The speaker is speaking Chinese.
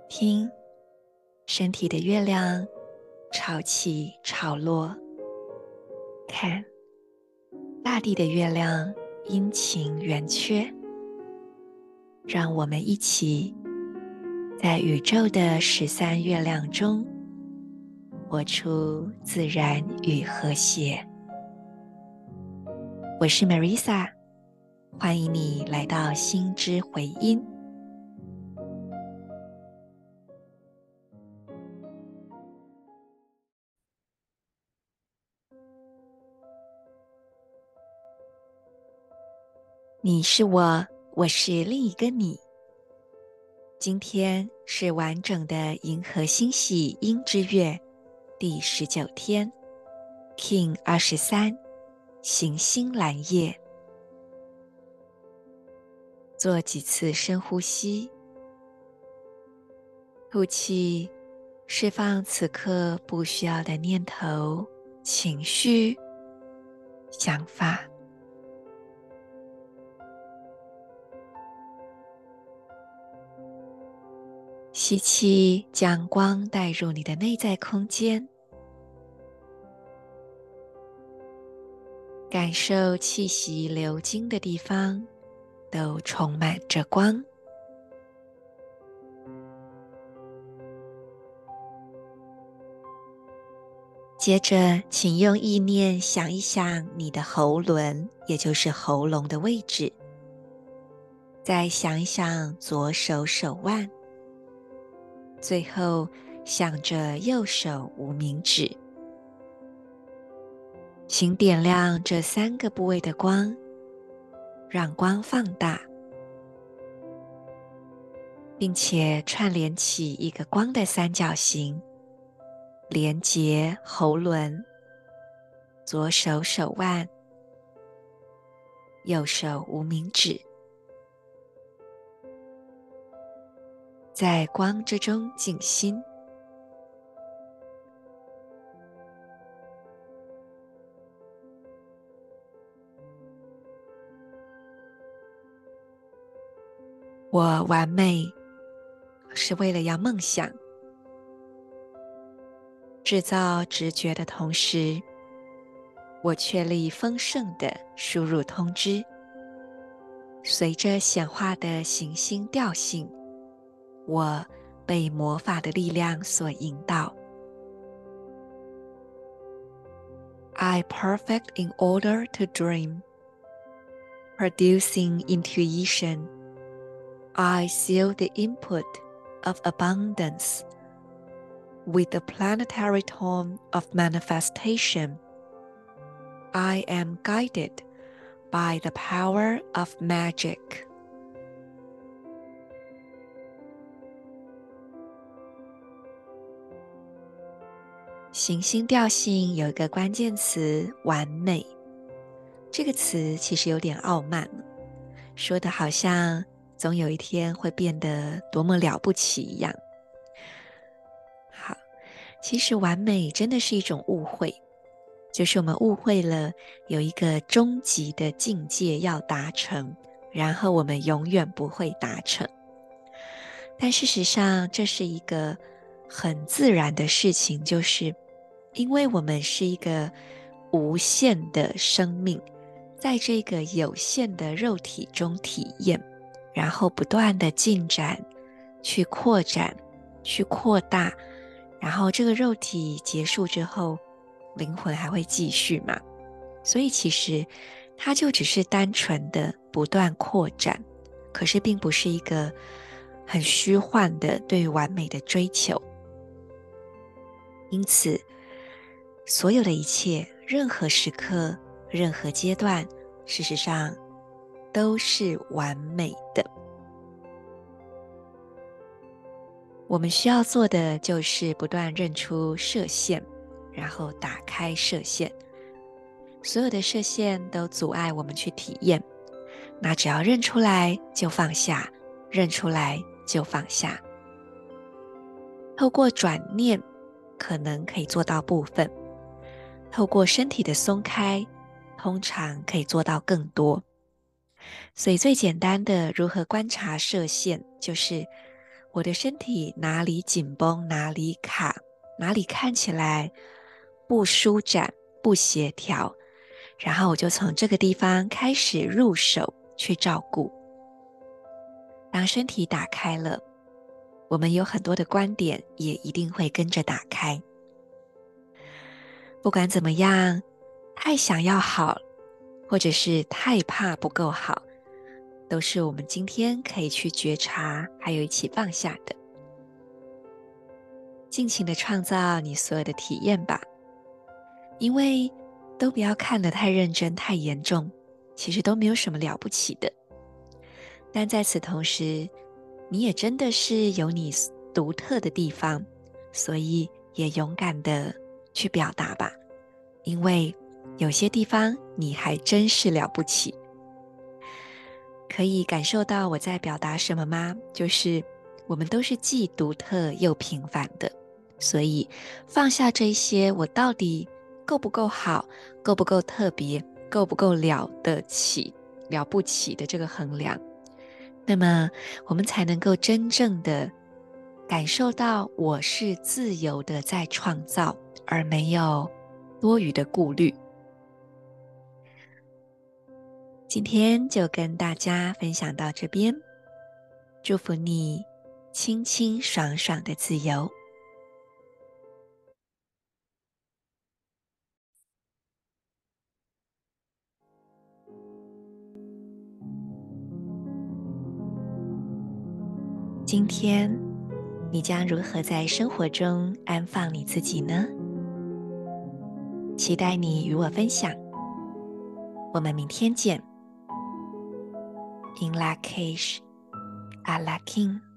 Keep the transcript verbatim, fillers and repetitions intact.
听身体的月亮潮起潮落，看大地的月亮阴晴圆缺。让我们一起在宇宙的十三月亮中活出自然与和谐。我是 Marisa， 欢迎你来到心之回音。你是我，我是另一个你。今天是完整的银河星系阴之月第十九天 Kin 二十三行星蓝夜。做几次深呼吸，吐气，释放此刻不需要的念头、情绪、想法。吸气，将光带入你的内在空间，感受气息流经的地方都充满着光。接着，请用意念想一想你的喉轮，也就是喉咙的位置。再想一想左手手腕，最后想着右手无名指。请点亮这三个部位的光，让光放大，并且串联起一个光的三角形，连接喉轮、左手手腕、右手无名指。在光之中静心。我完美是为了要梦想，制造直觉的同时，我确立丰盛的输入通知。随着显化的行星调性，我被魔法的力量所引导。I perfect in order to dream, producing intuition. I seal the input of abundance with the planetary tone of manifestation. I am guided by the power of magic. 行星调性有一个关键词完美，这个词其实有点傲慢，说的好像总有一天会变得多么了不起一样。好，其实完美真的是一种误会，就是我们误会了有一个终极的境界要达成，然后我们永远不会达成。但事实上，这是一个很自然的事情，就是因为我们是一个无限的生命，在这个有限的肉体中体验，然后不断的进展，去扩展，去扩大，然后这个肉体结束之后，灵魂还会继续嘛？所以其实它就只是单纯的不断扩展，可是并不是一个很虚幻的对于完美的追求。因此，所有的一切，任何时刻，任何阶段，事实上都是完美的。我们需要做的就是不断认出射线，然后打开射线。所有的射线都阻碍我们去体验，那只要认出来就放下，认出来就放下。透过转念，可能可以做到部分；透过身体的松开，通常可以做到更多。所以最简单的如何观察射线，就是我的身体哪里紧绷，哪里卡，哪里看起来不舒展、不协调，然后我就从这个地方开始入手去照顾。当身体打开了，我们有很多的观点也一定会跟着打开。不管怎么样，太想要好，或者是太怕不够好，都是我们今天可以去觉察，还有一起放下的。尽情的创造你所有的体验吧，因为都不要看得太认真、太严重，其实都没有什么了不起的。但在此同时，你也真的是有你独特的地方，所以也勇敢的去表达吧，因为有些地方你还真是了不起。可以感受到我在表达什么吗？就是我们都是既独特又平凡的，所以放下这些我到底够不够好，够不够特别，够不够了得起、了不起的这个衡量，那么我们才能够真正的感受到我是自由的在创造，而没有多余的顾虑。今天就跟大家分享到这边，祝福你清清爽爽的自由。今天你将如何在生活中安放你自己呢？期待你与我分享。我们明天见。In Lak'ech, A La King。